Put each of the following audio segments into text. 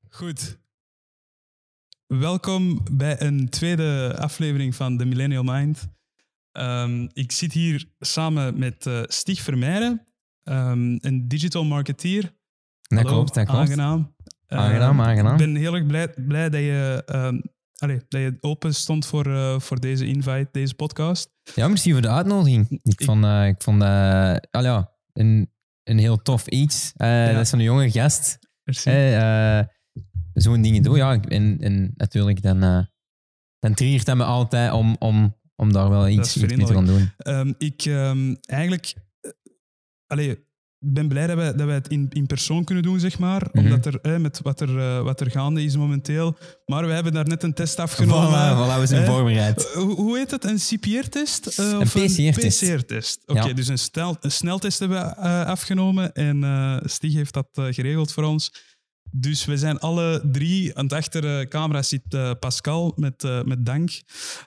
Goed. Welkom bij een tweede aflevering van The Millennial Mind. Ik zit hier samen met Stig Vermeijden, een digital marketeer. Dat klopt. Aangenaam. Aangenaam. Ik ben heel erg blij dat je open stond voor deze invite, deze podcast. Ja, merci voor de uitnodiging. Ik vond dat een heel tof iets. Dat is van een jonge gast. Zo'n dingen doen. Ja, en natuurlijk dan triggert dat me altijd om daar wel iets mee te gaan doen. Ik ben blij dat wij het in persoon kunnen doen, zeg maar. Omdat er met wat er gaande is momenteel. Maar we hebben daar net een test afgenomen. Voilà, we zijn voorbereid. Hoe heet het? Een CPR-test? Een PCR-test. Een PCR-test. Oké, dus een sneltest hebben we afgenomen. En Stig heeft dat geregeld voor ons. Dus we zijn alle drie. Aan het achter de camera zit Pascal met dank.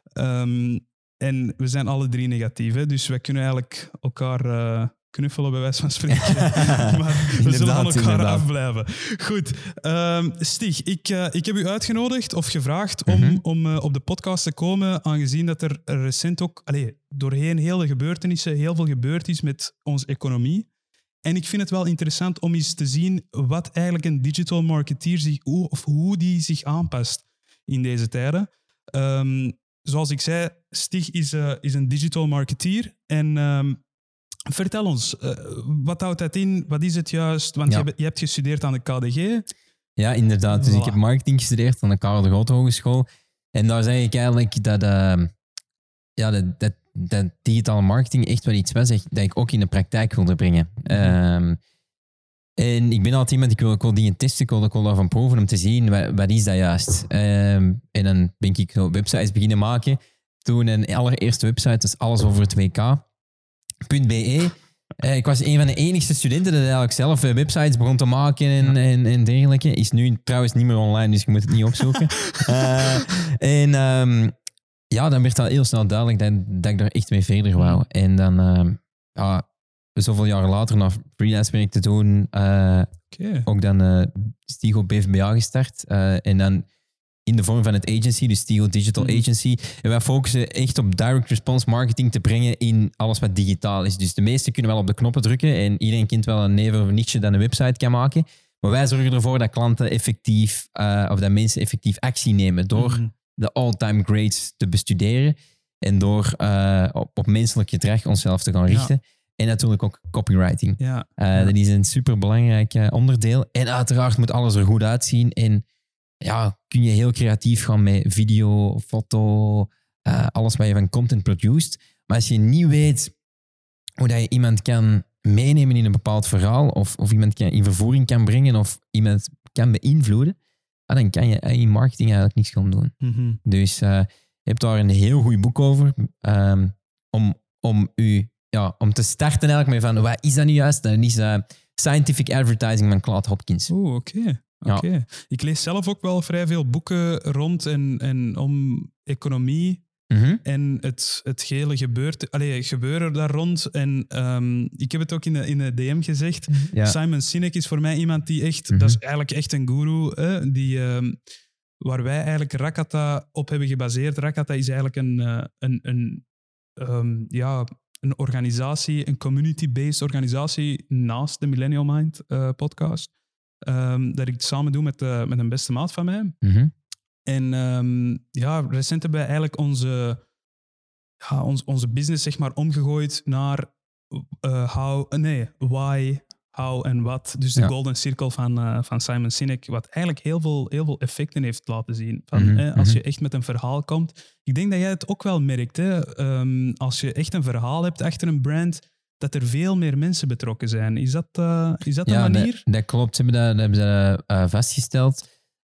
En we zijn alle drie negatief. Hè? Dus wij kunnen eigenlijk elkaar... knuffelen bij wijze van spreken. Maar we zullen van elkaar afblijven. Goed. Stig, ik heb u uitgenodigd of gevraagd om op de podcast te komen, aangezien dat er recent ook doorheen heel de gebeurtenissen heel veel gebeurd is met onze economie. En ik vind het wel interessant om eens te zien wat eigenlijk een digital marketeer hoe die zich aanpast in deze tijden. Zoals ik zei, Stig is een digital marketeer en... vertel ons, wat houdt dat in? Wat is het juist? Want je hebt gestudeerd aan de KDG. Ja, inderdaad. Dus ik heb marketing gestudeerd aan de Karel de Grote Hogeschool. En daar zei ik eigenlijk dat digitale marketing echt wel iets was dat ik ook in de praktijk wilde brengen. En ik ben altijd iemand, ik wil dingen testen, ik wil daarvan proeven om te zien wat is dat juist. En dan ben ik zo websites beginnen maken. Toen een allereerste website, dat is alles over het WK.be. Ik was een van de enigste studenten dat eigenlijk zelf websites begon te maken en dergelijke. Is nu trouwens niet meer online, dus je moet het niet opzoeken. Dan werd dat heel snel duidelijk dat ik daar echt mee verder wou. En dan, zoveel jaren later, naar freelance werk te doen, ook dan Stigo BVBA gestart. En dan in de vorm van het agency, dus Stigo Digital Agency. En wij focussen echt op direct response marketing te brengen in alles wat digitaal is. Dus de meesten kunnen wel op de knoppen drukken en iedereen kent wel een neef of een nichtje dat een website kan maken. Maar wij zorgen ervoor dat klanten effectief, of dat mensen effectief actie nemen door de all-time greats te bestuderen en door op menselijk gedrag onszelf te gaan richten. Ja. En natuurlijk ook copywriting. Ja. Dat is een superbelangrijk onderdeel. En uiteraard moet alles er goed uitzien en kun je heel creatief gaan met video, foto, alles wat je van content produced. Maar als je niet weet hoe dat je iemand kan meenemen in een bepaald verhaal of iemand in vervoering kan brengen of iemand kan beïnvloeden, dan kan je in marketing eigenlijk niks gaan doen. Mm-hmm. Dus je hebt daar een heel goed boek over om te starten eigenlijk met van wat is dat nu juist? Dat is Scientific Advertising van Claude Hopkins. Oeh, oké. Ja. Ik lees zelf ook wel vrij veel boeken rond en om economie en het gehele gebeuren daar rond. En ik heb het ook in de DM gezegd. Ja. Simon Sinek is voor mij iemand die echt... Dat is eigenlijk echt een guru. Waar wij eigenlijk Rakata op hebben gebaseerd. Rakata is eigenlijk een organisatie, een community-based organisatie naast de Millennial Mind podcast. Dat ik het samen doe met een beste maat van mij. En recent hebben wij eigenlijk onze business zeg maar omgegooid naar why, how en what. Dus de golden circle van Simon Sinek, wat eigenlijk heel veel effecten heeft laten zien. Als je echt met een verhaal komt. Ik denk dat jij het ook wel merkt. Hè? Als je echt een verhaal hebt achter een brand, dat er veel meer mensen betrokken zijn. Is dat de manier? Dat klopt. Ze hebben dat vastgesteld.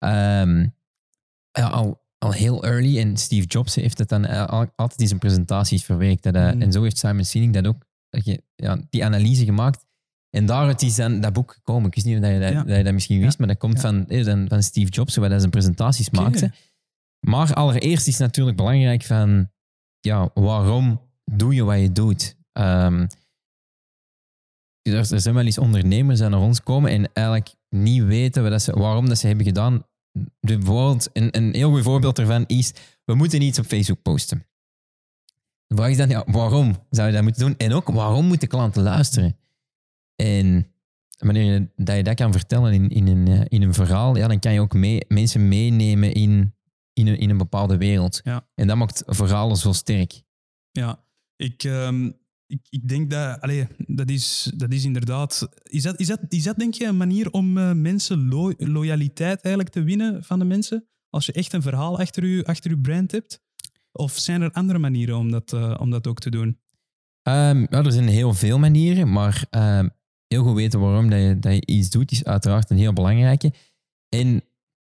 Al heel early. En Steve Jobs heeft het dan altijd in zijn presentaties verwerkt. En zo heeft Simon Sinek dat ook die analyse gemaakt. En daaruit is dan dat boek gekomen. Ik wist niet of je dat misschien wist, maar dat komt van Steve Jobs, hoe hij zijn presentaties maakte. Maar allereerst is het natuurlijk belangrijk van waarom doe je wat je doet? Er zijn wel eens ondernemers die naar ons komen en eigenlijk niet weten waarom dat ze hebben gedaan. Bijvoorbeeld, een heel goed voorbeeld daarvan is, we moeten iets op Facebook posten. De vraag is dan, ja, waarom zou je dat moeten doen? En ook, waarom moeten klanten luisteren? En wanneer je dat kan vertellen in een verhaal, ja, dan kan je ook mensen meenemen in een bepaalde wereld. Ja. En dat maakt verhalen zo sterk. Ja, ik denk dat... dat is inderdaad... Is dat denk je een manier om mensen loyaliteit eigenlijk te winnen van de mensen? Als je echt een verhaal achter je brand hebt? Of zijn er andere manieren om dat ook te doen? Er zijn heel veel manieren, maar heel goed weten waarom dat je iets doet is uiteraard een heel belangrijke. En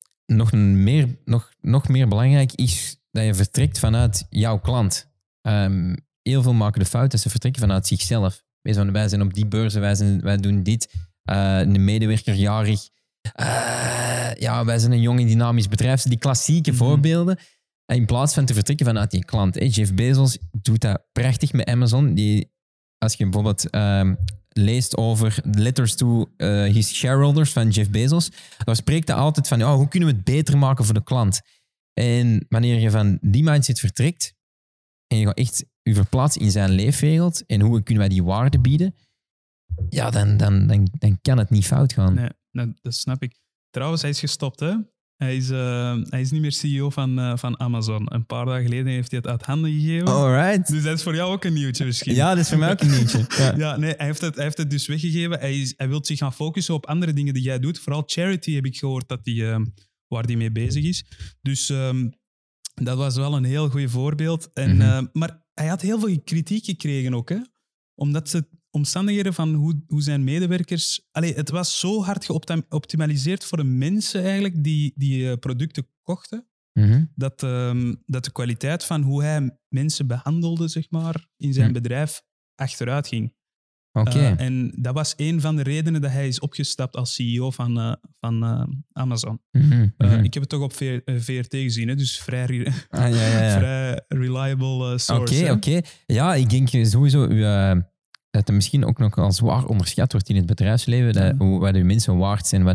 nog meer belangrijk is dat je vertrekt vanuit jouw klant. Heel veel maken de fout dat ze vertrekken vanuit zichzelf. Wij zijn op die beurzen, wij doen dit. Een medewerker jarig. Wij zijn een jong en dynamisch bedrijf. Die klassieke voorbeelden. In plaats van te vertrekken vanuit die klant. Jeff Bezos doet dat prachtig met Amazon. Als je bijvoorbeeld leest over letters to his shareholders van Jeff Bezos, dan spreekt hij altijd van hoe kunnen we het beter maken voor de klant. En wanneer je van die mindset vertrekt en je gaat echt je verplaatst in zijn leefwereld en hoe kunnen wij die waarde bieden, ja, dan kan het niet fout gaan. Nee, dat snap ik. Trouwens, hij is gestopt, hè? Hij is niet meer CEO van Amazon. Een paar dagen geleden heeft hij het uit handen gegeven. Alright. Dus dat is voor jou ook een nieuwtje misschien. Ja, dat is voor mij ook een nieuwtje. Ja, nee, hij heeft het dus weggegeven. Hij wil zich gaan focussen op andere dingen die jij doet. Vooral charity heb ik gehoord waar hij mee bezig is. Dus dat was wel een heel goed voorbeeld. Maar hij had heel veel kritiek gekregen ook, hè? Omdat ze omstandigheden van hoe zijn medewerkers... het was zo hard geoptimaliseerd voor de mensen eigenlijk die producten kochten, dat de kwaliteit van hoe hij mensen behandelde, zeg maar, in zijn bedrijf achteruit ging. Okay. En dat was een van de redenen dat hij is opgestapt als CEO van Amazon. Ik heb het toch op VRT gezien, hè? Dus vrij reliable source. Oké. Ja, ik denk sowieso dat er misschien ook nog al zwaar onderschat wordt in het bedrijfsleven, wat de mensen waard zijn.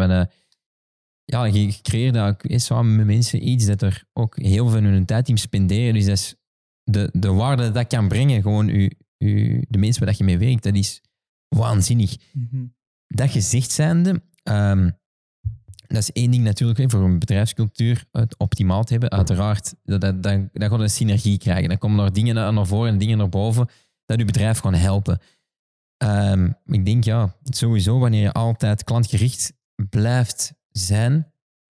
Je creëert ook samen met mensen iets dat er ook heel veel van hun tijd in spenderen. Dus dat is de waarde dat kan brengen, gewoon de mensen waar je mee werkt, dat is waanzinnig. Dat gezegd zijnde, dat is één ding natuurlijk, voor een bedrijfscultuur het optimaal te hebben. Uiteraard, dan gaat een synergie krijgen. Dan komen er dingen naar voren en dingen naar boven dat je bedrijf kan helpen. Ik denk, sowieso, wanneer je altijd klantgericht blijft zijn,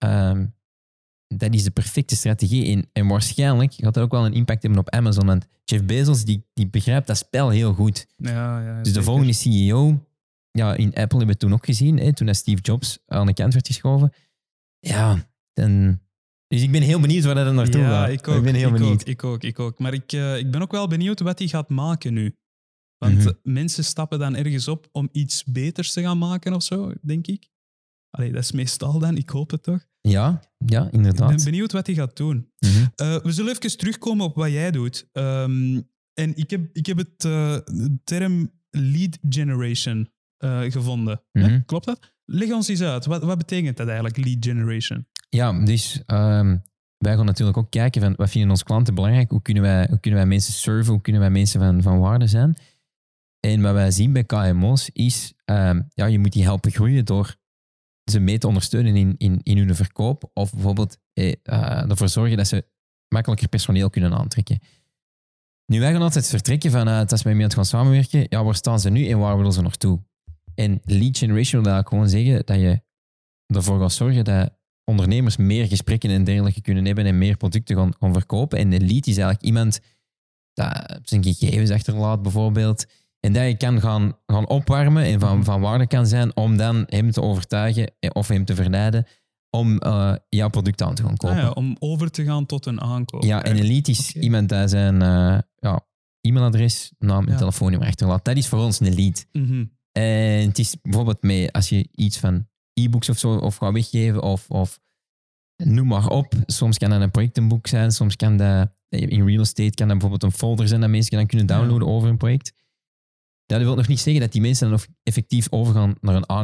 dat is de perfecte strategie. En waarschijnlijk gaat dat ook wel een impact hebben op Amazon. Want Jeff Bezos, die begrijpt dat spel heel goed. Ja, dus de volgende CEO, in Apple hebben we het toen ook gezien, toen Steve Jobs aan de kant werd geschoven. Ja, dus ik ben heel benieuwd waar dat naartoe gaat. Ik ben heel benieuwd. Ik ook. Maar ik ben ook wel benieuwd wat hij gaat maken nu. Want mensen stappen dan ergens op om iets beters te gaan maken of zo, denk ik. Dat is meestal dan, ik hoop het toch. Ja, inderdaad. Ik ben benieuwd wat hij gaat doen. We zullen even terugkomen op wat jij doet. En ik heb het term lead generation gevonden. Klopt dat? Leg ons eens uit. Wat betekent dat eigenlijk, lead generation? Ja, dus wij gaan natuurlijk ook kijken van wat vinden onze klanten belangrijk, hoe kunnen wij mensen serven, hoe kunnen wij mensen van waarde zijn. En wat wij zien bij KMO's is, je moet die helpen groeien door ze mee te ondersteunen in hun verkoop of bijvoorbeeld ervoor zorgen dat ze makkelijker personeel kunnen aantrekken. Nu, wij gaan altijd vertrekken vanuit, als we met iemand gaan samenwerken, waar staan ze nu en waar willen ze naartoe? En lead generation wil eigenlijk gewoon zeggen dat je ervoor gaat zorgen dat ondernemers meer gesprekken en dergelijke kunnen hebben en meer producten gaan verkopen. En een lead is eigenlijk iemand dat zijn gegevens achterlaat bijvoorbeeld. En dat je kan gaan opwarmen en van waarde kan zijn om dan hem te overtuigen of hem te verleiden om jouw product aan te gaan kopen. Om over te gaan tot een aankoop. Ja, en een lead is iemand dat zijn e-mailadres, naam en telefoonnummer achterlaat. Dat is voor ons een lead. En het is bijvoorbeeld als je iets van e-books of zo of gaat weggeven of noem maar op. Soms kan dat een projectenboek zijn, soms kan dat in real estate kan dat bijvoorbeeld een folder zijn dat mensen dan kunnen downloaden over een project. Dat wil nog niet zeggen dat die mensen dan nog effectief overgaan naar een aankoop.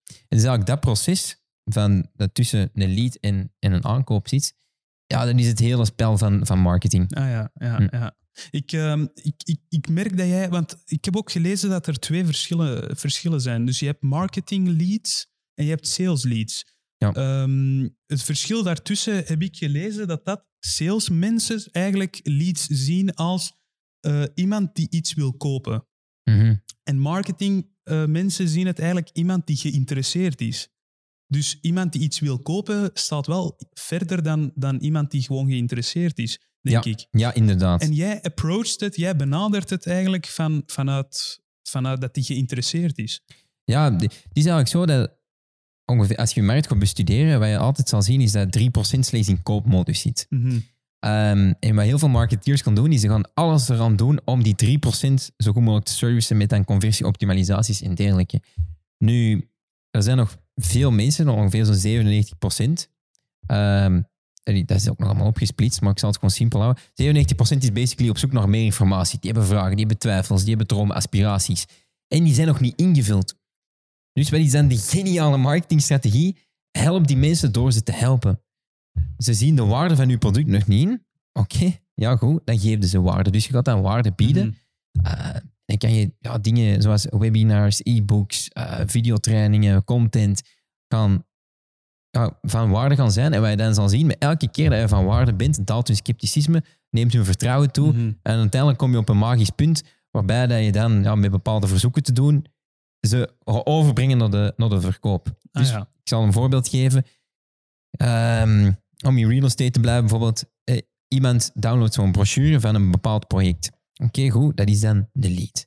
En dus eigenlijk dat proces dat tussen een lead en een aankoop zit, ja, dan is het hele spel van marketing. Ja. Ik merk dat jij... Want ik heb ook gelezen dat er 2 verschillen zijn. Dus je hebt marketing leads en je hebt sales leads. Ja. Het verschil daartussen heb ik gelezen dat salesmensen eigenlijk leads zien als iemand die iets wil kopen. Mm-hmm. En marketing mensen zien het eigenlijk iemand die geïnteresseerd is. Dus iemand die iets wil kopen staat wel verder dan iemand die gewoon geïnteresseerd is, denk ik. Ja, inderdaad. En jij approacht het, jij benadert het eigenlijk vanuit dat die geïnteresseerd is. Ja, het is eigenlijk zo dat ongeveer, als je je markt gaat bestuderen, wat je altijd zal zien, is dat 3% slechts in koopmodus zit. Mm-hmm. En wat heel veel marketeers gaan doen, is ze gaan alles eraan doen om die 3% zo goed mogelijk te servicen met dan conversieoptimalisaties en dergelijke. Nu, er zijn nog veel mensen, ongeveer zo'n 97%. Dat is ook nog allemaal opgesplitst, maar ik zal het gewoon simpel houden. 97% is basically op zoek naar meer informatie. Die hebben vragen, die hebben twijfels, die hebben dromen, aspiraties. En die zijn nog niet ingevuld. Dus wat is dan die geniale marketingstrategie? Help die mensen door ze te helpen. Ze zien de waarde van je product nog niet in. Oké, ja goed, dan geef je ze waarde. Dus je gaat dan waarde bieden. Dan kan je dingen zoals webinars, e-books, videotrainingen, content van waarde gaan zijn. En wat je dan zal zien, met elke keer dat je van waarde bent, daalt je scepticisme, neemt je vertrouwen toe. Mm-hmm. En uiteindelijk kom je op een magisch punt waarbij dat je dan met bepaalde verzoeken te doen, ze overbrengen naar de verkoop. Dus ik zal een voorbeeld geven. Om in real estate te blijven, bijvoorbeeld, iemand downloadt zo'n brochure van een bepaald project. Oké, goed, dat is dan de lead.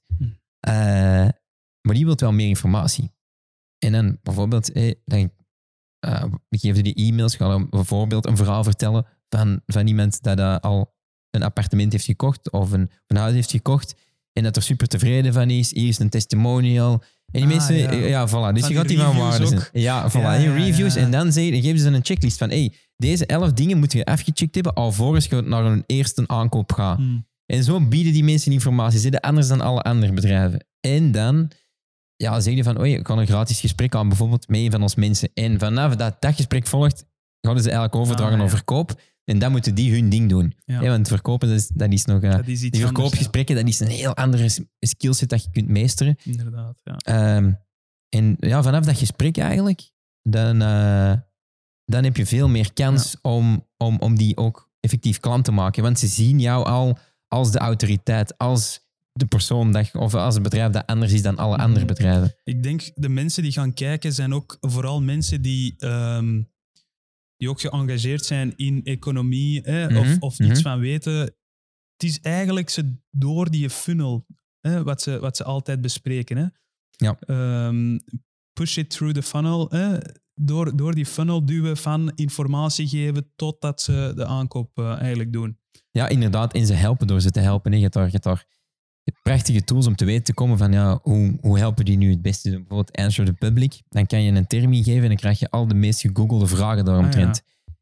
Maar die wil wel meer informatie. En dan bijvoorbeeld, dan geef je die e-mails, ga dan bijvoorbeeld een verhaal vertellen van iemand dat al een appartement heeft gekocht of een huis heeft gekocht en dat er super tevreden van is. Hier is een testimonial. En die mensen, voilà. Dus van je gaat die van waarde zijn. Ja, voilà. Reviews. En dan geven ze een checklist van deze 11 dingen moet je afgecheckt hebben alvorens je naar een eerste aankoop gaat. En zo bieden die mensen informatie. Ze zijn anders dan alle andere bedrijven. En dan zeg je van, ik kan een gratis gesprek aan bijvoorbeeld met een van ons mensen. En vanaf dat gesprek volgt, gaan ze eigenlijk overdragen naar verkoop. En dan moeten die hun ding doen. Ja. Want verkopen, dat is nog... die verkoopgesprekken, dat is een heel andere skillset dat je kunt meesteren. Inderdaad, ja. En vanaf dat gesprek eigenlijk, dan heb je veel meer kans om die ook effectief klant te maken. Want ze zien jou al als de autoriteit, als de persoon of als het bedrijf dat anders is dan alle andere bedrijven. Ik denk de mensen die gaan kijken zijn ook vooral mensen die ook geëngageerd zijn in economie of iets van weten. Het is eigenlijk door die funnel wat ze altijd bespreken. Hè. Ja. Push it through the funnel. Door die funnel duwen van informatie geven totdat ze de aankoop eigenlijk doen. Ja, inderdaad. En ze helpen door ze te helpen. Je hebt daar prachtige tools om te weten te komen van hoe helpen die nu het beste. Bijvoorbeeld Answer the Public. Dan kan je een term geven en dan krijg je al de meest gegoogelde vragen daaromtrent.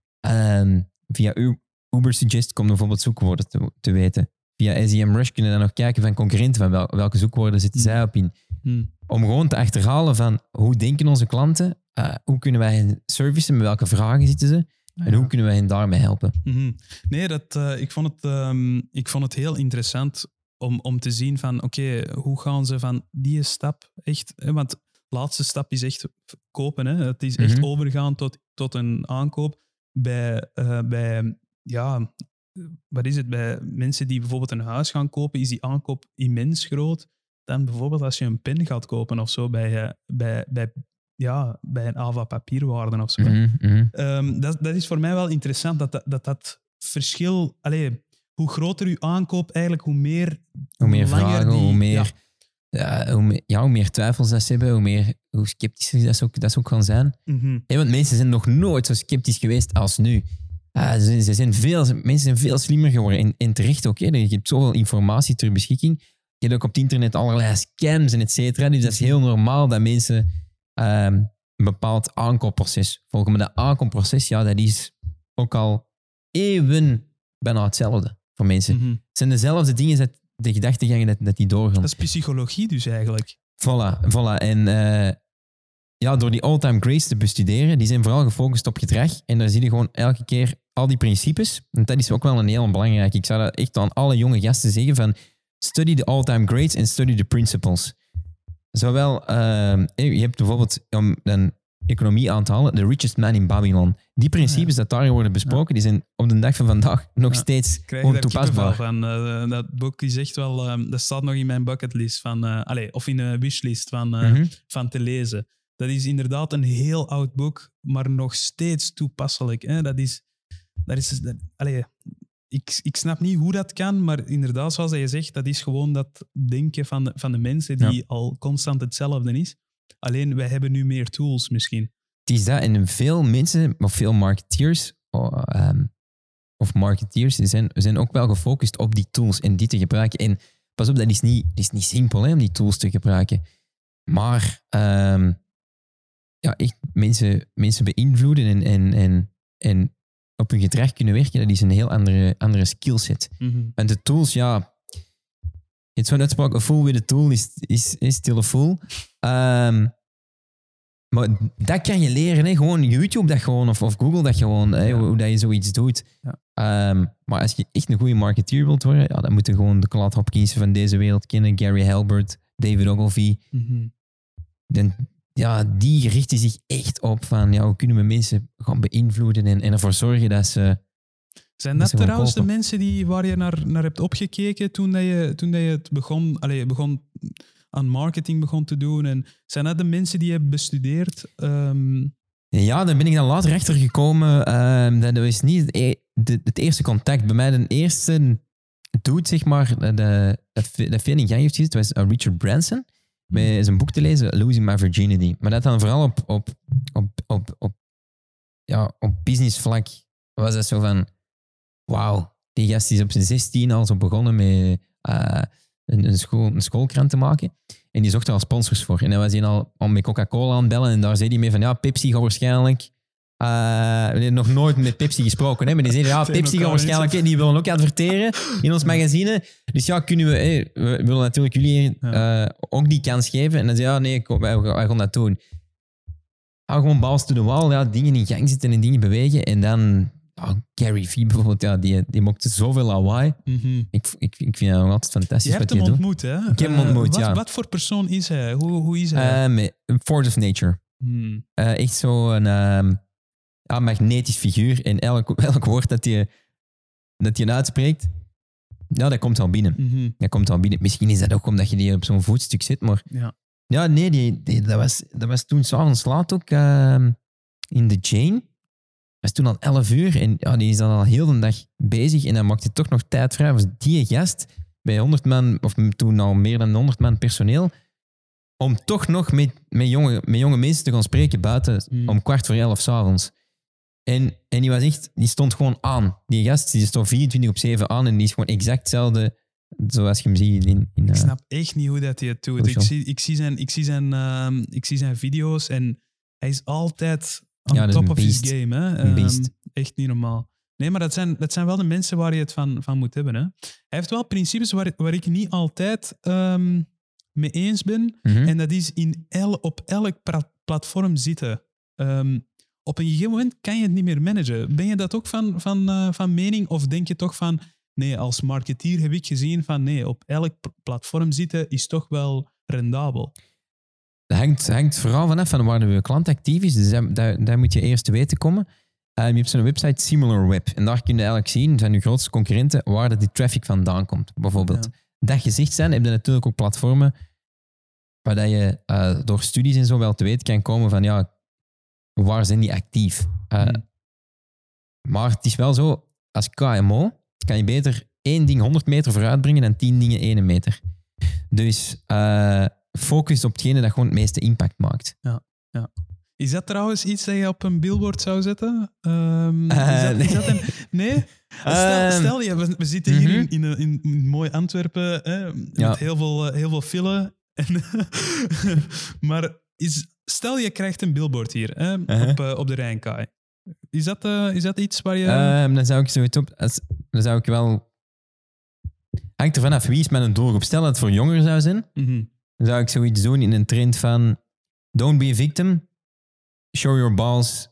Via Uber Suggest komt bijvoorbeeld zoekwoorden te weten. Via SEMrush kunnen we dan nog kijken van concurrenten, van welke zoekwoorden zitten zij op in. Om gewoon te achterhalen van hoe denken onze klanten, hoe kunnen wij hen servicen, met welke vragen zitten ze en hoe kunnen wij hen daarmee helpen. Nee, ik vond het heel interessant om te zien van hoe gaan ze van die stap echt... Want de laatste stap is echt kopen. Hè? Het is echt overgaan tot een aankoop. Bij wat is het? Bij mensen die bijvoorbeeld een huis gaan kopen, is die aankoop immens groot. Dan bijvoorbeeld als je een pen gaat kopen of zo bij een Ava papierwaarde of zo. Dat is voor mij wel interessant dat verschil... hoe groter je aankoop eigenlijk, hoe meer vragen, hoe meer twijfels dat ze hebben, hoe sceptischer dat ook kan zijn. Want mensen zijn nog nooit zo sceptisch geweest als nu. Mensen zijn veel slimmer geworden en terecht ook. Je hebt zoveel informatie ter beschikking. Je hebt ook op het internet allerlei scams en et cetera. Dus dat is heel normaal dat mensen een bepaald aankoopproces volgen. Maar dat aankoopproces, dat is ook al eeuwen bijna hetzelfde voor mensen. Het zijn dezelfde dingen, de gedachtegangen dat die doorgaan. Dat is psychologie dus eigenlijk. Voilà. En door die all-time greats te bestuderen, die zijn vooral gefocust op gedrag. En daar zie je gewoon elke keer al die principes. En dat is ook wel een heel belangrijke. Ik zou dat echt aan alle jonge gasten zeggen van study the all-time greats en study the principles. Zowel, je hebt bijvoorbeeld, om een economie aan te halen, The Richest Man in Babylon. Die principes dat daar worden besproken, die zijn op de dag van vandaag nog steeds gewoon toepasbaar. Van, dat boek is echt wel, dat staat nog in mijn bucketlist van, of in een wishlist van te lezen. Dat is inderdaad een heel oud boek, maar nog steeds toepasselijk. Hè? Ik snap niet hoe dat kan, maar inderdaad, zoals je zegt, dat is gewoon dat denken van de mensen die al constant hetzelfde is. Alleen, wij hebben nu meer tools misschien. Het is dat, en veel mensen, of veel marketeers, zijn ook wel gefocust op die tools en die te gebruiken. En pas op, dat is niet simpel hè, om die tools te gebruiken. Maar echt mensen beïnvloeden en op hun gedrag kunnen werken, dat is een heel andere skillset. Mm-hmm. En de tools, het zo'n uitspraak, a fool with a tool is still a fool. Maar dat kan je leren, hè. Gewoon YouTube dat gewoon, of Google dat gewoon, hoe dat je zoiets doet. Ja. Maar als je echt een goede marketeer wilt worden, dan moet je gewoon de Claude Hopkins van deze wereld kennen, Gary Halbert, David Ogilvy. Mm-hmm. Die richten zich echt op van hoe kunnen we mensen gaan beïnvloeden en ervoor zorgen dat ze... Zijn dat trouwens de mensen waar je naar hebt opgekeken toen je het begon aan marketing begon te doen? En zijn dat de mensen die je hebt bestudeerd? Ja, daar ben ik dan later achter gekomen. Dat was niet het eerste contact. Bij mij de eerste dude, zeg maar, dat veel in gang heeft gezet, was Richard Branson. Met zijn boek te lezen, Losing My Virginity. Maar dat dan vooral op business vlak was dat zo van wauw, die gast is op zijn 16 al zo begonnen met een schoolkrant te maken. En die zocht er al sponsors voor. En dan was hij al met Coca-Cola aan het bellen. En daar zei hij mee van, Pepsi gaat waarschijnlijk... we hebben nog nooit met Pepsi gesproken, hè? Maar die zeiden, Pepsi gaat waarschijnlijk... Die willen ook adverteren in ons magazine. Dus kunnen we willen natuurlijk jullie ook die kans geven. En dan zei nee, wij gaan dat doen. Gewoon balls to the wall, dingen in gang zitten en dingen bewegen. En dan... Gary Vee bijvoorbeeld, die maakte zoveel lawaai. Mm-hmm. Ik vind het nog altijd fantastisch. Je hebt hem ontmoet, hè? Ik heb hem ontmoet, Wat voor persoon is hij? Hoe is hij? Een force of nature. Echt zo'n magnetisch figuur. En elk woord dat je uitspreekt, dat komt al binnen. Mm-hmm. Dat komt al binnen. Misschien is dat ook omdat je die op zo'n voetstuk zit, maar... Ja, nee, dat was toen 's avonds laat ook in de Jane. Dat was toen al 11 uur en die is dan al heel de dag bezig en dan maakte toch nog tijd vrij. Was die gast bij 100 man, of toen al meer dan 100 man personeel, om toch nog met jonge mensen te gaan spreken buiten om 11:15 's avonds. En die stond gewoon aan. Die gast die stond 24/7 aan en die is gewoon exact hetzelfde zoals je hem ziet ik snap echt niet hoe dat hij het doet. Ik zie zijn video's en hij is altijd... On top of his game, hè? Echt niet normaal. Nee, maar dat zijn wel de mensen waar je het van moet hebben. Hè? Hij heeft wel principes waar ik niet altijd mee eens ben. Mm-hmm. En dat is op elk platform zitten. Op een gegeven moment kan je het niet meer managen. Ben je dat ook van mening? Of denk je toch van... Nee, als marketeer heb ik gezien van... Nee, op elk platform zitten is toch wel rendabel. Dat hangt vooral vanaf van waar de klant actief is. Dus daar moet je eerst te weten komen. Je hebt zo'n website SimilarWeb. En daar kun je eigenlijk zien van je grootste concurrenten waar die traffic vandaan komt. Bijvoorbeeld. Dat gezegd zijn, heb je natuurlijk ook platformen waar je door studies en zo wel te weten kan komen van waar zijn die actief. Maar het is wel zo, als KMO kan je beter 1 ding 100 meter vooruit brengen dan 10 dingen 1 meter. Dus... focus op hetgene dat gewoon het meeste impact maakt. Ja. Is dat trouwens iets dat je op een billboard zou zetten? Nee? Stel we zitten hier in mooi Antwerpen, met heel veel file. Maar stel je krijgt een billboard hier op de Rijnkaai. Is dat iets waar je... Dan zou ik zoiets op... Dan zou ik wel... Hangt ervan af wie is met een doelgroep. Stel dat het voor jongeren zou zijn... Mm-hmm. Dan zou ik zoiets doen in een trend van don't be a victim. Show your balls.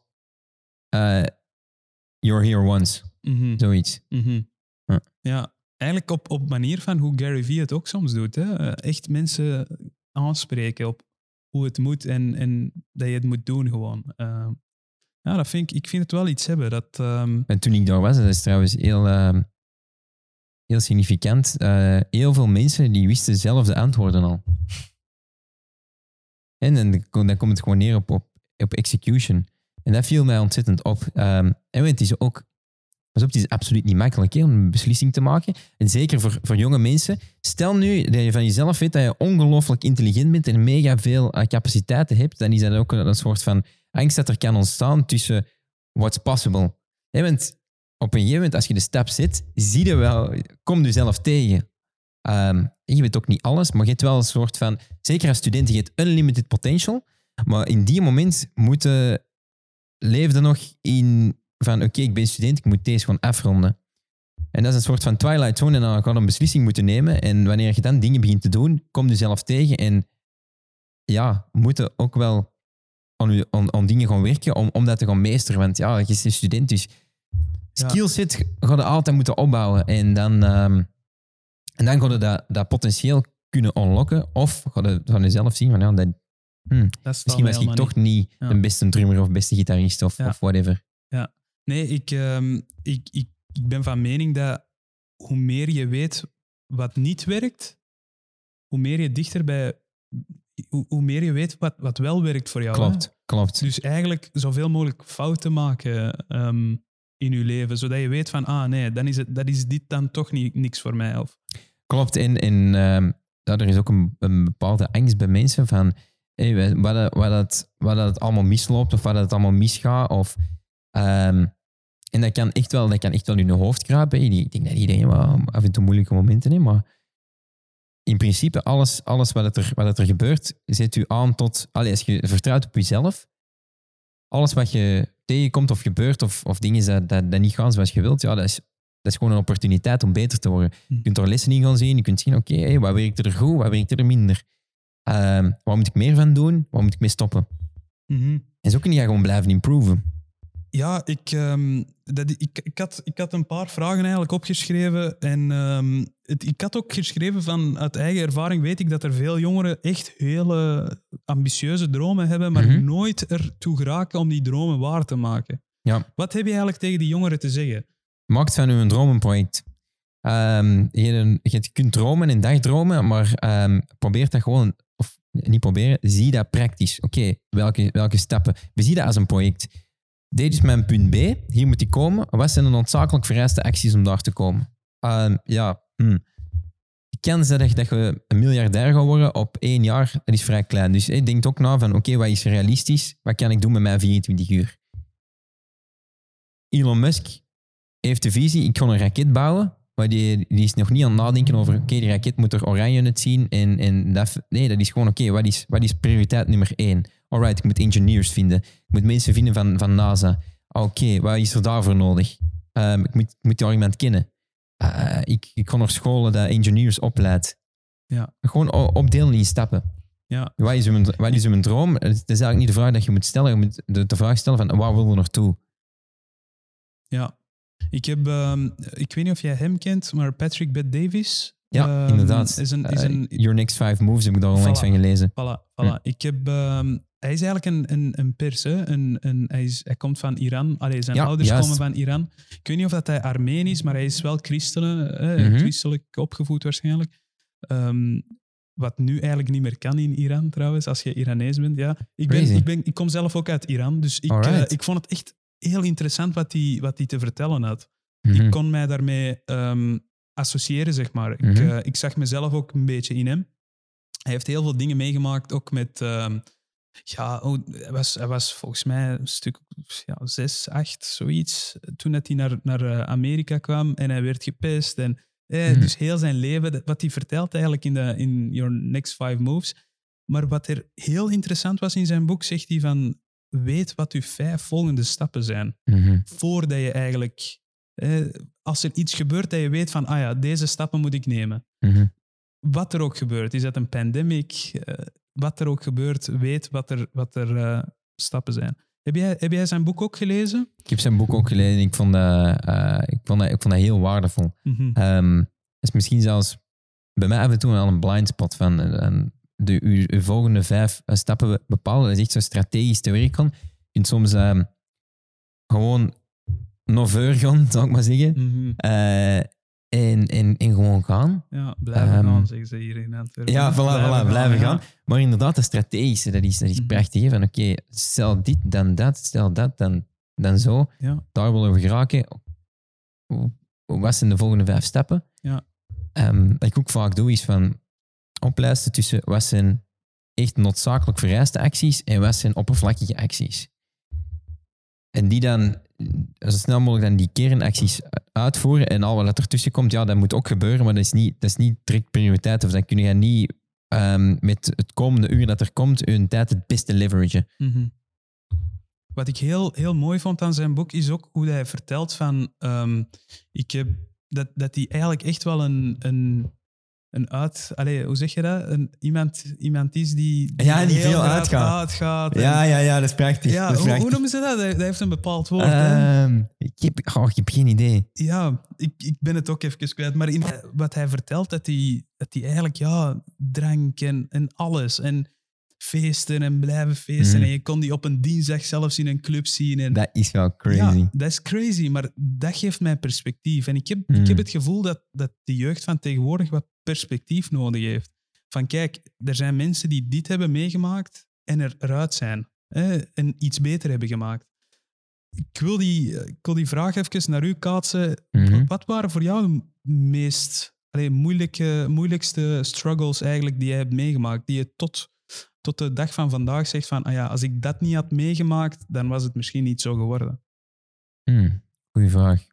You're here once. Zoiets. Ja, eigenlijk op manier van hoe Gary Vee het ook soms doet. Hè? Echt mensen aanspreken op hoe het moet en dat je het moet doen gewoon. Ja, ik vind het wel iets hebben. En toen ik daar was, dat is trouwens heel significant. Heel veel mensen die wisten zelf de antwoorden al. En dan komt het gewoon neer op execution. En dat viel mij ontzettend op. En het is ook... Het is absoluut niet makkelijk om een beslissing te maken. En zeker voor jonge mensen. Stel nu dat je van jezelf weet dat je ongelooflijk intelligent bent en mega veel capaciteiten hebt, dan is dat ook een soort van angst dat er kan ontstaan tussen what's possible. Want op een gegeven moment, als je de stap zet, zie je wel, kom jezelf tegen. Je weet ook niet alles, maar je hebt wel een soort van... Zeker als student, je hebt unlimited potential. Maar in die moment leefde nog in... van oké, ik ben student, ik moet deze gewoon afronden. En dat is een soort van twilight zone en dan ga je een beslissing moeten nemen. En wanneer je dan dingen begint te doen, kom je zelf tegen en ja, moet ook wel aan dingen gaan werken om dat te gaan meesteren. Want ja, je is een student, dus skillset ga je altijd moeten opbouwen. En dan ga je dat potentieel kunnen unlocken of ga je van jezelf zien van ja, misschien was ik toch niet de beste drummer of beste gitarist of whatever. Ja. Nee, ik ben van mening dat hoe meer je weet wat niet werkt, hoe meer je dichter bij... Hoe meer je weet wat wel werkt voor jou. Klopt. Dus eigenlijk zoveel mogelijk fouten maken in je leven, zodat je weet van, nee, dat is dit dan toch niks voor mij. Of... Klopt, en er is ook een bepaalde angst bij mensen van wat het allemaal misloopt of wat het allemaal misgaat of... en dat kan echt wel in je hoofd kruipen. Ik denk dat iedereen wel af en toe moeilijke momenten heeft, maar in principe alles wat er gebeurt, zet u aan tot... als je vertrouwt op jezelf, alles wat je tegenkomt of gebeurt of dingen dat niet gaan zoals je wilt, ja, dat is gewoon een opportuniteit om beter te worden. Je kunt er lessen in gaan zien, je kunt zien, oké, wat werkt er goed, wat werkt er minder? Waar moet ik meer van doen? Waar moet ik mee stoppen? En zo kun je gewoon blijven improven. Ja, ik had een paar vragen eigenlijk opgeschreven. En ik had ook geschreven van uit eigen ervaring weet ik dat er veel jongeren echt hele ambitieuze dromen hebben, maar nooit ertoe geraken om die dromen waar te maken. Ja. Wat heb je eigenlijk tegen die jongeren te zeggen? Maak van u een droom een project. Je kunt dromen en dagdromen, maar probeer dat gewoon... Of niet proberen, zie dat praktisch. Oké, welke stappen? We zien dat als een project. Dit is mijn punt B, hier moet ik komen. Wat zijn de noodzakelijk vereiste acties om daar te komen? De kans dat je een miljardair gaat worden op 1 jaar, dat is vrij klein. Dus denk ook na van, oké, wat is realistisch? Wat kan ik doen met mijn 24 uur? Elon Musk heeft de visie, ik ga een raket bouwen, maar die is nog niet aan het nadenken over, oké, die raket moet er oranje uitzien. Dat is gewoon, oké, wat is prioriteit nummer 1? Alright, ik moet engineers vinden. Ik moet mensen vinden van NASA. Oké, wat is er daarvoor nodig? Ik moet daar iemand kennen. Ik ga naar scholen dat engineers opleidt. Ja. Gewoon opdelen in stappen. Ja. Wat is een droom? Het is eigenlijk niet de vraag dat je moet stellen. Je moet de vraag stellen van waar wil je naartoe? Ja. Ik weet niet of jij hem kent, maar Patrick Bet-Davies. Ja, inderdaad. Your Next 5 Moves heb ik daar onlangs van gelezen. Voilà. Hij is eigenlijk een Pers. Hè? Hij komt van Iran. Zijn ouders komen van Iran. Ik weet niet of hij Armeen is, maar hij is wel christelijk opgevoed waarschijnlijk. Wat nu eigenlijk niet meer kan in Iran trouwens, als je Iranees bent. Ja. Ik kom zelf ook uit Iran, dus ik vond het echt heel interessant wat hij te vertellen had. Ik kon mij daarmee associëren, zeg maar. Ik zag mezelf ook een beetje in hem. Hij heeft heel veel dingen meegemaakt, ook met... hij was volgens mij een stuk 6, 8, zoiets, toen dat hij naar Amerika kwam en hij werd gepest. En, dus heel zijn leven, wat hij vertelt eigenlijk in Your Next 5 Moves. Maar wat er heel interessant was in zijn boek, zegt hij van, weet wat je 5 volgende stappen zijn. Voordat je eigenlijk... als er iets gebeurt, dat je weet van, deze stappen moet ik nemen. wat er ook gebeurt, is dat een pandemic, wat er ook gebeurt, weet wat er stappen zijn. Heb jij zijn boek ook gelezen? Ik heb zijn boek ook gelezen. Ik vond dat heel waardevol. Het is misschien zelfs bij mij af en toe wel een blind spot van uw volgende 5 stappen bepalen. Dat is echt zo strategisch te werk kan. Je kunt soms gewoon noveur gaan, zou ik maar zeggen. En gewoon gaan. Ja, blijven gaan, zeggen ze hier in Antwerpen. Ja, blijven gaan. Maar inderdaad, dat strategische, dat is prachtig. Hè? Van oké, stel dit, dan dat, stel dat, dan zo. Ja. Daar willen we geraken. Wat zijn de volgende 5 stappen? Ja. Wat ik ook vaak doe, is van oplijsten tussen wat zijn echt noodzakelijk vereiste acties en wat zijn oppervlakkige acties. En die dan zo snel mogelijk dan die kernacties uitvoeren en al wat ertussen komt, ja, dat moet ook gebeuren, maar dat is niet direct prioriteit. Of dan kun je niet met het komende uur dat er komt, je tijd het beste leveragen. Wat ik heel, heel mooi vond aan zijn boek, is ook hoe hij vertelt van dat hij eigenlijk echt wel hoe zeg je dat? Iemand is die die veel uitgaat. Ja, dat is prachtig. Ja, dat is prachtig. Hoe noemen ze dat? Dat heeft een bepaald woord. Ik heb geen idee. Ja, ik ben het ook even kwijt. Maar wat hij vertelt, dat hij eigenlijk drank en alles. En feesten en blijven feesten. En je kon die op een dinsdag zelfs in een club zien. En dat is wel crazy. Ja, dat is crazy, maar dat geeft mij perspectief. En ik heb het gevoel dat de jeugd van tegenwoordig wat perspectief nodig heeft. Van kijk, er zijn mensen die dit hebben meegemaakt en eruit zijn. En iets beter hebben gemaakt. Ik wil die vraag even naar u kaatsen. Wat waren voor jou de meest moeilijkste struggles eigenlijk die je hebt meegemaakt? Die je tot de dag van vandaag zegt van, als ik dat niet had meegemaakt, dan was het misschien niet zo geworden. Goeie vraag.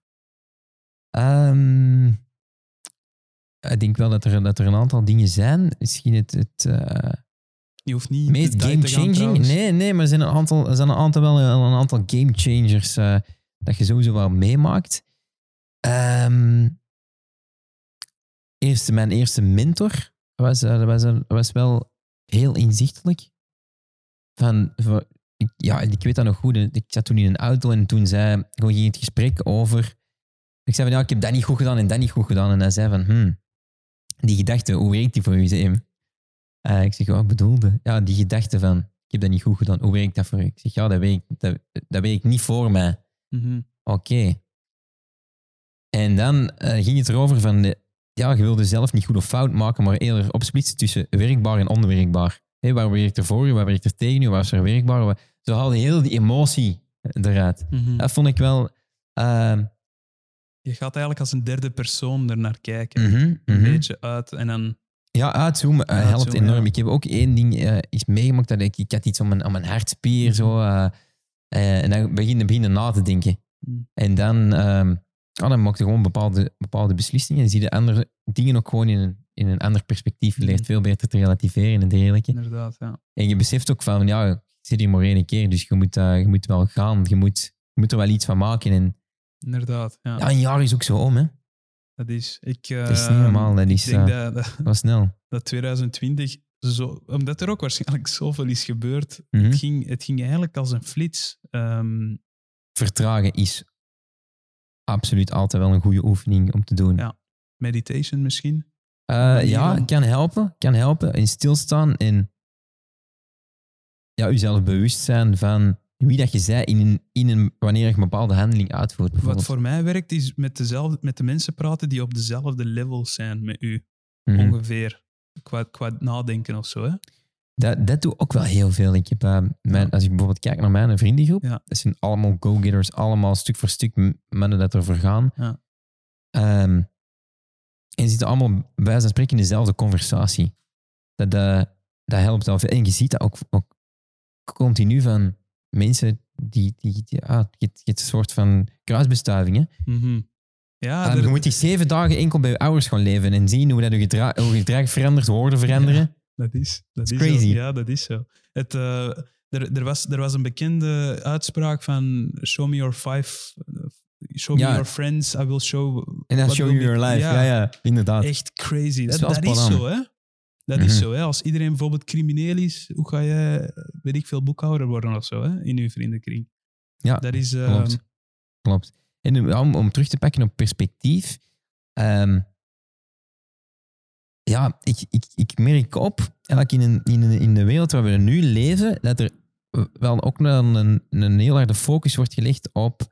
Ik denk wel dat er een aantal dingen zijn. Misschien je hoeft niet meest game-changing. Nee, maar er zijn een aantal game-changers dat je sowieso wel meemaakt. Mijn eerste mentor was wel heel inzichtelijk. Ik weet dat nog goed. Ik zat toen in een auto en toen ging het gesprek over... Ik zei van, ik heb dat niet goed gedaan en dat niet goed gedaan. En hij zei van, die gedachte, hoe werkt die voor u, Zeem? Ik zeg, wat bedoelde? Ja, die gedachte van, ik heb dat niet goed gedaan. Hoe werkt dat voor u? Ik zeg, dat werkt niet voor mij. Oké. En dan ging het erover van, je wilde zelf niet goed of fout maken, maar eerder opsplitsen tussen werkbaar en onwerkbaar. Waar werkt er voor u, waar werkt er tegen u, waar is er werkbaar? Zo haalde heel die emotie eruit. Dat vond ik wel... Je gaat eigenlijk als een derde persoon ernaar kijken. Een beetje uit en dan... Ja, uitzoomen helpt enorm. Ja. Ik heb ook één ding iets meegemaakt dat ik had iets aan mijn hartspier zo, en dan beginnen na te denken. En dan maak je gewoon bepaalde beslissingen en zie je andere dingen ook gewoon in een ander perspectief. Je leert veel beter te relativeren en dergelijke. Inderdaad, ja. En je beseft ook van, je zit hier maar 1 keer, dus je moet wel gaan. Je moet er wel iets van maken. En, inderdaad, ja. Een jaar is ook zo om, hè. Dat is... Het is niet normaal. Dat was snel. Dat 2020, omdat er ook waarschijnlijk zoveel is gebeurd, het ging eigenlijk als een flits. Vertragen is absoluut altijd wel een goede oefening om te doen. Ja. Meditation misschien? Kan helpen. In stilstaan en jezelf bewust zijn van wie dat je zei wanneer je een bepaalde handeling uitvoert. Wat voor mij werkt, is met de mensen praten die op dezelfde level zijn met u. Ongeveer. Qua nadenken of zo. Hè? Dat doe ook wel heel veel. Ik heb, als ik bijvoorbeeld kijk naar mijn vriendengroep, dat zijn allemaal go-getters, allemaal stuk voor stuk mannen dat ervoor gaan. Ja. En ze zitten allemaal bij wijze van spreken in dezelfde conversatie. Dat helpt al veel. En je ziet dat ook continu van mensen die je hebt een soort van kruisbestuiving. Ja, je moet die 7 dagen enkel bij je ouders gaan leven en zien hoe dat je gedrag verandert, woorden veranderen. Ja, dat is crazy. Ja, dat is zo. Er was een bekende uitspraak van show show me your friends, I will show... En dan show you your life. Ja, inderdaad. Echt crazy. Dat is zo, hè. Dat is zo, hè. Als iedereen bijvoorbeeld crimineel is, hoe ga je, weet ik veel, boekhouder worden of zo, hè, in je vriendenkring. Ja, dat is, klopt. En om terug te pakken op perspectief... ik merk op, eigenlijk in de wereld waar we nu leven, dat er wel ook een heel harde focus wordt gelegd op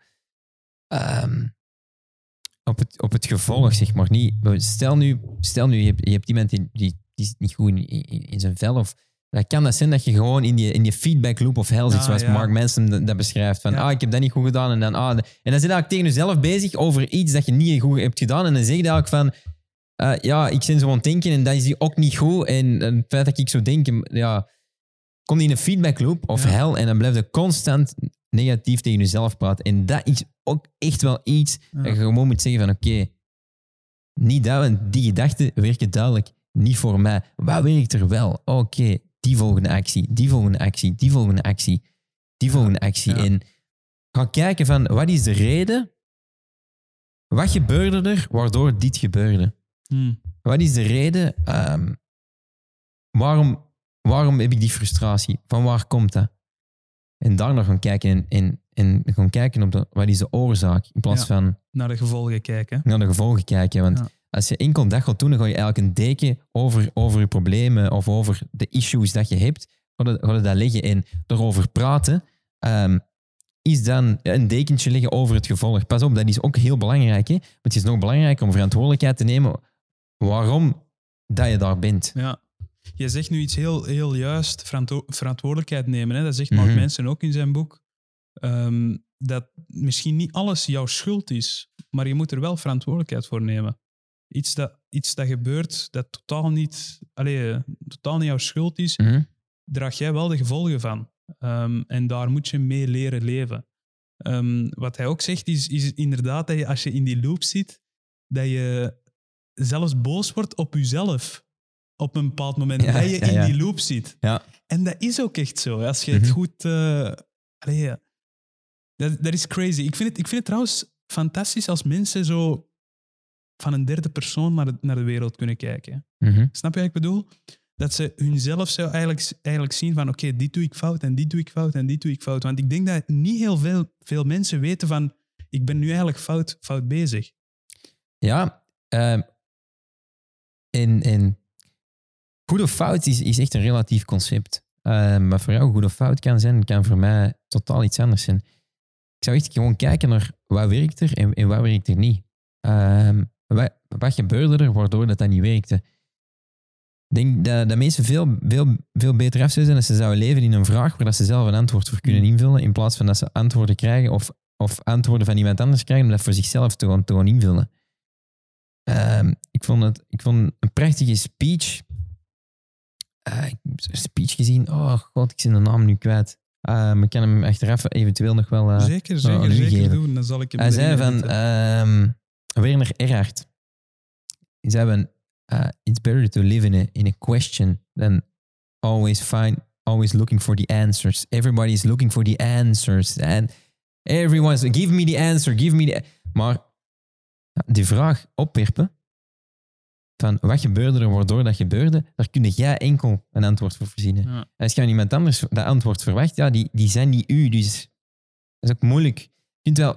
het gevolg, zeg maar. Stel nu je hebt iemand die is niet goed in zijn vel, of dat kan dat zijn dat je gewoon in die feedback loop of hell zit, zoals Mark Manson dat beschrijft. Van, ik heb dat niet goed gedaan. En dan zit je eigenlijk tegen jezelf bezig over iets dat je niet goed hebt gedaan. En dan zeg je eigenlijk van, ik ben zo aan het denken en dat is ook niet goed. En het feit dat ik zo denk, kom in een feedback loop of hell en dan blijf je constant negatief tegen jezelf praten. En dat is ook echt wel iets dat je gewoon moet zeggen van, oké, niet dat, want die gedachten werken duidelijk niet voor mij. Wat werkt er wel? Oké, die volgende actie, die volgende actie, die volgende actie, die volgende actie. Ja. En ga kijken van, wat is de reden? Wat gebeurde er waardoor dit gebeurde? Wat is de reden? Waarom heb ik die frustratie? Van waar komt dat? En daar nog gaan kijken en gaan kijken op wat is de oorzaak, in plaats van... Naar de gevolgen kijken. Naar de gevolgen kijken, want als je enkel dat gaat doen, dan ga je eigenlijk een deken over je problemen of over de issues dat je hebt, ga je dat leggen en erover praten, is dan een dekentje leggen over het gevolg. Pas op, dat is ook heel belangrijk, hè? Want het is nog belangrijker om verantwoordelijkheid te nemen waarom dat je daar bent. Ja. Je zegt nu iets heel, heel juist, verantwoordelijkheid nemen. Hè? Dat zegt Mark Manson ook in zijn boek. Dat misschien niet alles jouw schuld is, maar je moet er wel verantwoordelijkheid voor nemen. Iets dat gebeurt dat totaal niet jouw schuld is, draag jij wel de gevolgen van. En daar moet je mee leren leven. Wat hij ook zegt is inderdaad dat je, als je in die loop zit, dat je zelfs boos wordt op jezelf op een bepaald moment, dat je in die loop zit. Ja. En dat is ook echt zo. Als je het goed... dat is crazy. Ik vind het trouwens fantastisch als mensen zo van een derde persoon naar de wereld kunnen kijken. Snap je wat ik bedoel? Dat ze hunzelf zo eigenlijk zien van oké, dit doe ik fout en dit doe ik fout en dit doe ik fout. Want ik denk dat niet heel veel mensen weten van ik ben nu eigenlijk fout bezig. Ja, en goed of fout is echt een relatief concept. Maar voor jou goed of fout kan zijn, kan voor mij totaal iets anders zijn. Ik zou echt gewoon kijken naar wat werkt er en wat werkt er niet. Wat gebeurde er waardoor dat niet werkte? Ik denk dat mensen veel beter af zouden zijn als ze zouden leven in een vraag waar dat ze zelf een antwoord voor kunnen invullen, in plaats van dat ze antwoorden krijgen of antwoorden van iemand anders krijgen om dat voor zichzelf te gaan invullen. Ik vond een prachtige speech. Ik heb een speech gezien. Oh god, ik ben de naam nu kwijt. Maar ik kan hem achteraf eventueel nog wel zeker doen. Dan zal ik hem hij zei van Werner Erhard. Hij zei van it's better to live in a question than always looking for the answers. Everybody is looking for the answers. And everyone's give me the answer, Maar die vraag opwerpen van wat gebeurde er waardoor dat gebeurde, daar kun jij enkel een antwoord voor voorzien. Ja. En als je aan iemand anders dat antwoord verwacht, die zijn niet u, dus dat is ook moeilijk. Je kunt wel,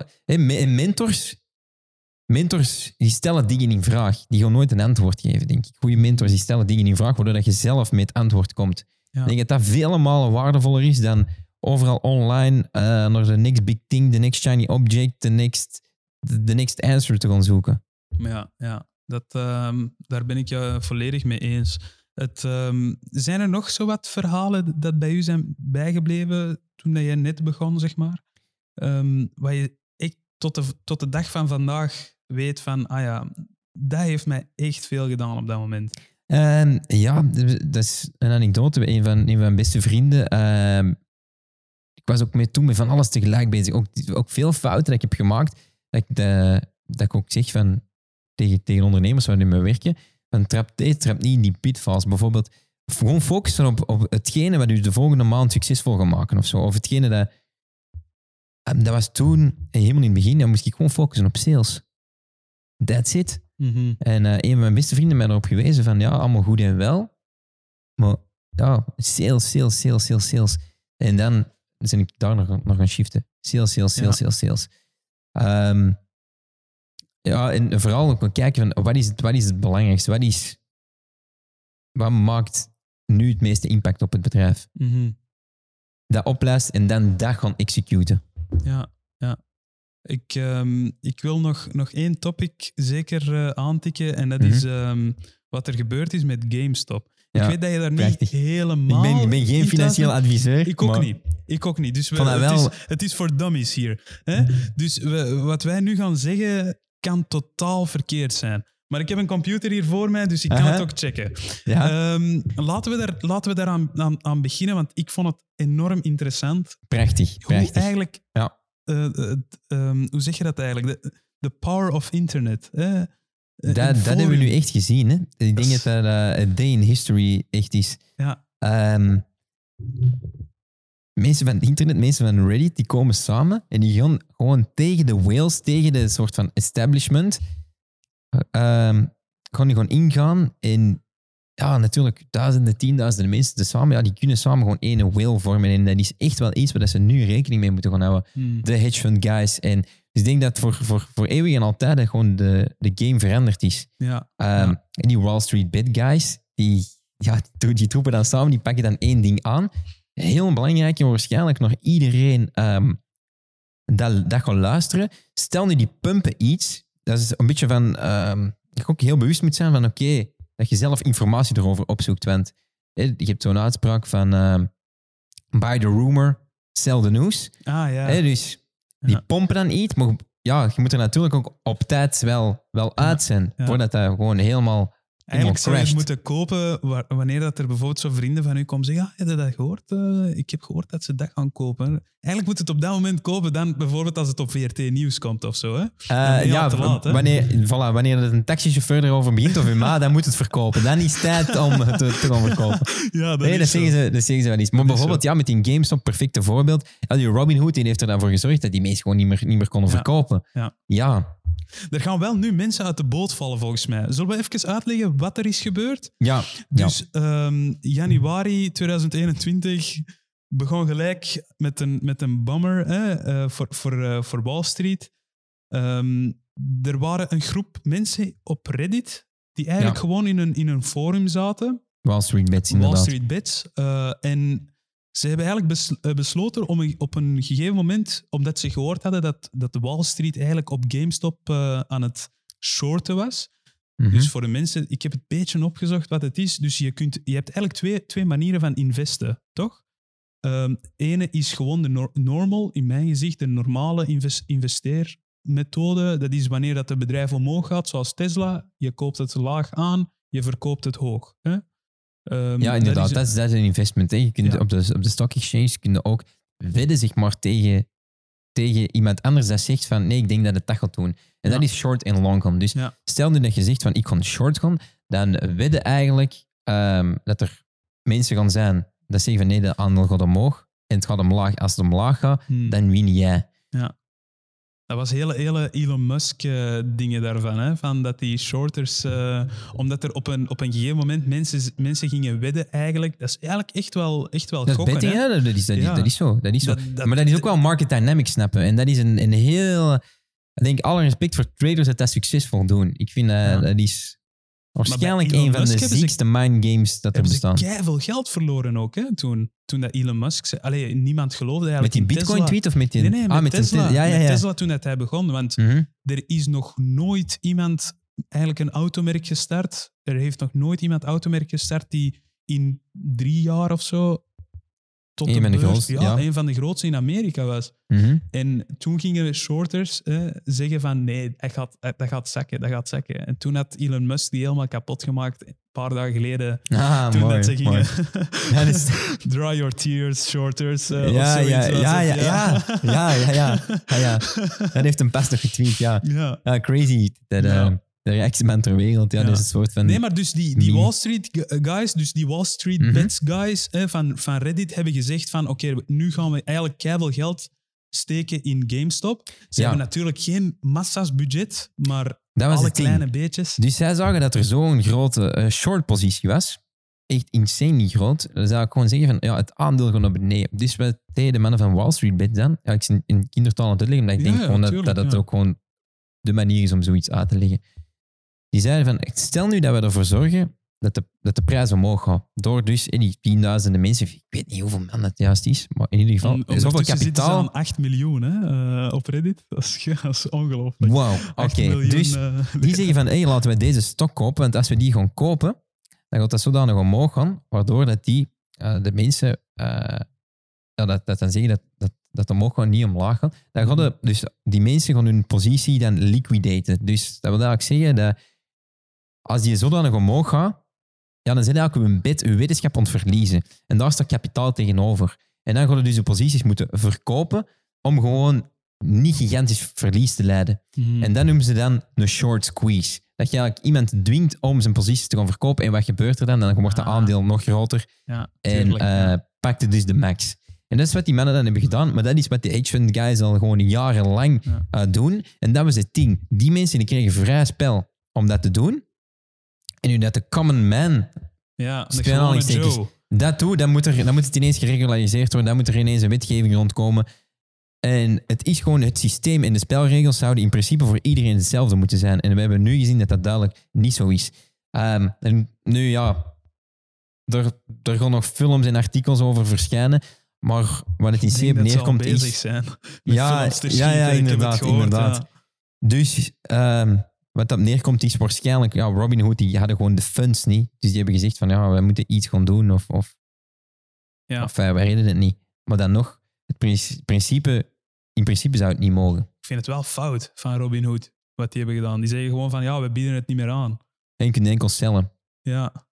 mentors die stellen dingen in vraag, die gaan nooit een antwoord geven, denk ik. Goede mentors die stellen dingen in vraag, waardoor dat je zelf met het antwoord komt. Ja. Ik denk dat vele malen waardevoller is dan overal online naar de next big thing, the next shiny object, the next answer te gaan zoeken. Ja. Daar ben ik je volledig mee eens. Zijn er nog zo wat verhalen dat bij u zijn bijgebleven toen je net begon, zeg maar? Waar je echt tot de dag van vandaag weet van, dat heeft mij echt veel gedaan op dat moment. Dat is een anekdote. Een van mijn beste vrienden. Ik was ook toen met van alles tegelijk bezig. Ook veel fouten dat ik heb gemaakt. Dat ik ook zeg van tegen ondernemers waar die mee werken, van trap niet in die pitfalls. Bijvoorbeeld, gewoon focussen op hetgene wat u de volgende maand succesvol gaat maken of zo. Of hetgene Dat was toen, helemaal in het begin, dan moest ik gewoon focussen op sales. That's it. Mm-hmm. En een van mijn beste vrienden mij erop gewezen van, ja, allemaal goed en wel. Maar ja, sales. En dan ben ik daar nog gaan shiften. Sales. Ja, en vooral ook wel kijken van, wat is het belangrijkste? Wat maakt nu het meeste impact op het bedrijf? Mm-hmm. Dat oplijst en dan dat gaan executen. Ja. Ik wil nog één topic zeker aantikken en dat is wat er gebeurd is met GameStop. Ik weet dat je daar niet helemaal... Ik ben geen financieel adviseur. Ik ook niet. Dus het is voor dummies hier. Hè? Dus wat wij nu gaan zeggen kan totaal verkeerd zijn. Maar ik heb een computer hier voor mij, dus ik kan het ook checken. Ja. Laten we daar aan beginnen, want ik vond het enorm interessant. Prachtig. Hoe eigenlijk... Ja. Hoe zeg je dat eigenlijk? The power of internet. Dat hebben we nu echt gezien. Hè? Ik denk dat dat een day in history echt is. Ja. Mensen van het internet, mensen van Reddit, die komen samen en die gaan gewoon tegen de whales, tegen de soort van establishment, gaan die gewoon ingaan. En ja, natuurlijk, tienduizenden mensen samen, die kunnen samen gewoon één whale vormen. En dat is echt wel iets waar ze nu rekening mee moeten gaan houden. De hedge fund guys. En dus ik denk dat voor eeuwig en altijd gewoon de game veranderd is. Ja. En die Wall Street bid guys, die troepen dan samen, die pakken dan één ding aan. Heel belangrijk en waarschijnlijk nog iedereen dat gaat luisteren. Stel nu, die pumpen iets. Dat is een beetje van... je ook heel bewust moet zijn van oké, dat je zelf informatie erover opzoekt. Want je hebt zo'n uitspraak van buy the rumor, sell the news. Dus die pompen dan iets, maar ja, je moet er natuurlijk ook op tijd wel uit zijn, voordat dat gewoon helemaal eigenlijk zou je het moeten kopen wanneer dat er bijvoorbeeld zo vrienden van u komen zeggen, heb je dat gehoord? Ik heb gehoord dat ze dat gaan kopen. Eigenlijk moet het op dat moment kopen, dan bijvoorbeeld als het op VRT Nieuws komt of zo. Hè? Te laat, hè? Wanneer er een taxichauffeur erover begint of ma, dan moet het verkopen. Dan is het tijd om te gaan verkopen. Ja, dat zeggen ze wel eens. Maar bijvoorbeeld met in GameStop, perfecte voorbeeld. Die Robinhood die heeft er dan voor gezorgd dat die mensen gewoon niet meer konden verkopen. Ja. Er gaan wel nu mensen uit de boot vallen, volgens mij. Zullen we even uitleggen wat er is gebeurd? Ja. Dus januari 2021 begon gelijk met een bummer voor Wall Street. Er waren een groep mensen op Reddit die eigenlijk gewoon in een forum zaten. Wall Street Bets, inderdaad. Wall Street Bets. En ze hebben eigenlijk besloten om op een gegeven moment, omdat ze gehoord hadden dat de Wall Street eigenlijk op GameStop aan het shorten was. Mm-hmm. Dus voor de mensen, ik heb het een beetje opgezocht wat het is. Dus je hebt eigenlijk twee manieren van investen, toch? Ene is gewoon de normal, in mijn gezicht, de normale investeermethode. Dat is wanneer dat het bedrijf omhoog gaat, zoals Tesla. Je koopt het laag aan, je verkoopt het hoog. Hè? Ja, inderdaad. Dat is een investment. Hè. Je kunt op de stock exchange kun je ook wedden, zeg maar, tegen iemand anders dat zegt van nee, ik denk dat het dat gaat doen. En dat is short en long gaan. Dus stel nu dat je zegt van ik ga short gaan, dan wedden eigenlijk dat er mensen gaan zijn dat zeggen van nee, de aandeel gaat omhoog en het gaat omlaag. Als het omlaag gaat, dan win jij. Ja. Dat was hele Elon Musk dingen daarvan. Hè? Van dat die shorters... omdat er op een gegeven moment mensen gingen wedden eigenlijk. Dat is eigenlijk echt wel dat gokken. Betting, hè? Dat is zo. Maar dat is ook wel market dynamics snappen. En dat is een heel... Ik denk alle respect voor traders dat succesvol doen. Ik vind dat is... Waarschijnlijk een van de ziekste mindgames dat er bestaan. Ze hebben keiveel geld verloren ook, hè, toen dat Elon Musk zei. Allee, niemand geloofde eigenlijk met die Bitcoin-tweet of met die... Nee, met Tesla. Met Tesla toen hij begon. Want er is nog nooit iemand eigenlijk een automerk gestart. Er heeft nog nooit iemand automerk gestart die in 3 jaar of zo tot een van de grootste in Amerika was. Mm-hmm. En toen gingen shorters zeggen van nee, dat gaat zakken. En toen had Elon Musk die helemaal kapot gemaakt een paar dagen geleden. Toen mooi, dat ze gingen dry your tears, shorters. Ja. Dat heeft hem pas nog getweet, ja. Crazy. De reactie bent ter wereld, dat is een soort van... Nee, maar dus die Wall Street guys, dus die Wall Street Bets guys van Reddit hebben gezegd van oké, nu gaan we eigenlijk keiveel geld steken in GameStop. Ze hebben natuurlijk geen massa's budget, maar dat was alle kleine beetjes. Dus zij zagen dat er zo'n grote short-positie was. Echt insanely groot. Dan zou ik gewoon zeggen van, ja, het aandeel gaat naar beneden. Dus wat tegen de mannen van Wall Street bid dan? Ja, ik zit in kindertaal aan het uitleggen, maar ik denk gewoon dat het ook gewoon de manier is om zoiets uit te leggen. Die zeiden van, stel nu dat we ervoor zorgen dat de prijs omhoog gaat. Door dus die 10.000 mensen, ik weet niet hoeveel man dat juist is, maar in ieder geval, zoveel kapitaal. Aan 8 miljoen op Reddit. Dat is ongelooflijk. Wauw, oké. Dus die zeggen van, laten we deze stok kopen, want als we die gaan kopen, dan gaat dat zodanig omhoog gaan, waardoor dat de mensen, dat dan zeggen dat omhoog gaat, niet omlaag gaan. Dan gaan dus die mensen gaan hun positie dan liquidaten. Dus dat wil eigenlijk zeggen dat als die zodanig omhoog gaat, ja, dan zijn eigenlijk uw wetenschap aan het verliezen. En daar staat kapitaal tegenover. En dan gaan we dus de posities moeten verkopen om gewoon niet gigantisch verlies te leiden. En dat noemen ze dan een short squeeze. Dat je eigenlijk iemand dwingt om zijn posities te gaan verkopen. En wat gebeurt er dan? Dan wordt het aandeel nog groter. Ja, en pakt het dus de max. En dat is wat die mannen dan hebben gedaan. Maar dat is wat die hedge fund guys al gewoon jarenlang doen. En dat was het ding. Die mensen die kregen vrij spel om dat te doen. En nu dat de common man... Ja, de gewone Joe. Dat doet, dan moet het ineens geregulariseerd worden. Dan moet er ineens een wetgeving rondkomen. En het is gewoon het systeem en de spelregels zouden in principe voor iedereen hetzelfde moeten zijn. En we hebben nu gezien dat dat duidelijk niet zo is. En nu ja, er gaan nog films en artikels over verschijnen. Maar wat het in C op neerkomt is... bezig zijn ja, inderdaad. Ja. Dus wat dat neerkomt is waarschijnlijk... Ja, Robinhood, die hadden gewoon de funds niet. Dus die hebben gezegd van, ja, we moeten iets gaan doen. Of we redden het niet. Maar dan nog, in principe zou het niet mogen. Ik vind het wel fout van Robinhood, wat die hebben gedaan. Die zeggen gewoon van, ja, we bieden het niet meer aan. En je kunt enkel cellen. Ja.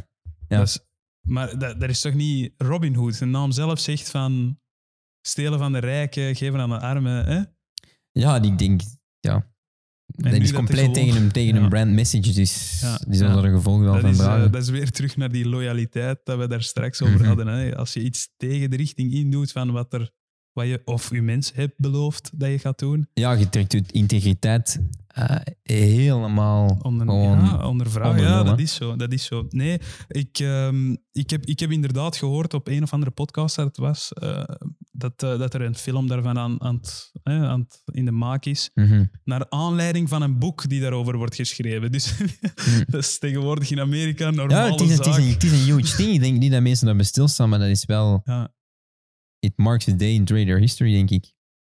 Maar dat is toch niet Robinhood? De naam zelf zegt van stelen van de rijken, geven aan de armen. Hè? Ja, ik denk... Ja. Dat is compleet tegen een brand message, dus die zullen er een gevolg wel van dragen. Dat is weer terug naar die loyaliteit dat we daar straks over hadden. Hè? Als je iets tegen de richting indoet van wat je of je mens hebt beloofd dat je gaat doen. Ja, je trekt je integriteit helemaal onder vraag. Ja, dat is zo. Nee, ik heb inderdaad gehoord op een of andere podcast dat het was, dat er een film daarvan in de maak is, naar aanleiding van een boek die daarover wordt geschreven. Dus dat is tegenwoordig in Amerika een normale zaak. Het is een huge ding. Ik denk niet dat mensen daarbij stilstaan, maar dat is wel... Ja. It marks a day in trader history, denk ik.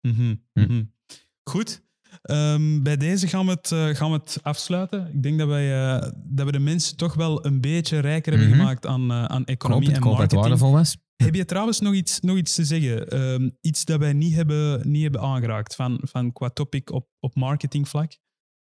Goed. Bij deze gaan we het afsluiten. Ik denk dat we de mensen toch wel een beetje rijker hebben gemaakt aan economie en marketing. Ik hoop dat het waardevol was. Heb je trouwens nog iets te zeggen? Iets dat wij niet hebben aangeraakt van qua topic op marketingvlak?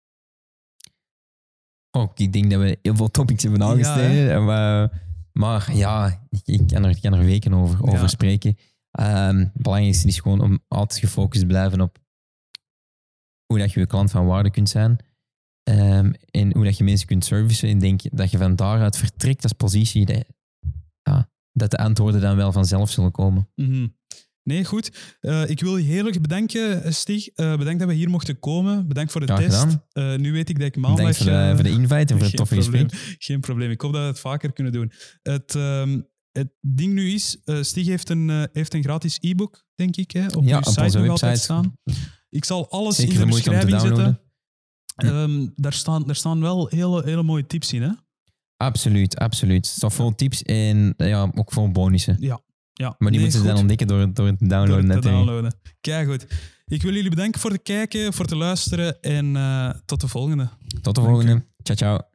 Ik denk dat we heel veel topics hebben aangesneden. Maar ja, ik kan er weken over spreken. Het belangrijkste is gewoon om altijd gefocust te blijven op hoe dat je je klant van waarde kunt zijn en hoe dat je mensen kunt servicen. En denk dat je van daaruit vertrekt als positie dat de antwoorden dan wel vanzelf zullen komen. Nee, goed. Ik wil je heel erg bedanken, Stig. Bedankt dat we hier mochten komen. Bedankt voor de test. Nu weet ik dat ik maandag... Bedankt voor de invite en voor het toffe gesprek. Geen probleem. Ik hoop dat we het vaker kunnen doen. Het ding nu is, Stig heeft een gratis e-book, denk ik, hè, op je site nog altijd staan. Ik zal alles in de beschrijving zetten. Daar staan wel hele mooie tips in, hè? Absoluut. Het staat vol tips en ook vol bonussen. Ja, maar die moeten ze dan ontdekken door het te downloaden. Kijk goed. Ik wil jullie bedanken voor het kijken, voor het luisteren en tot de volgende. Tot de volgende. Ciao, ciao.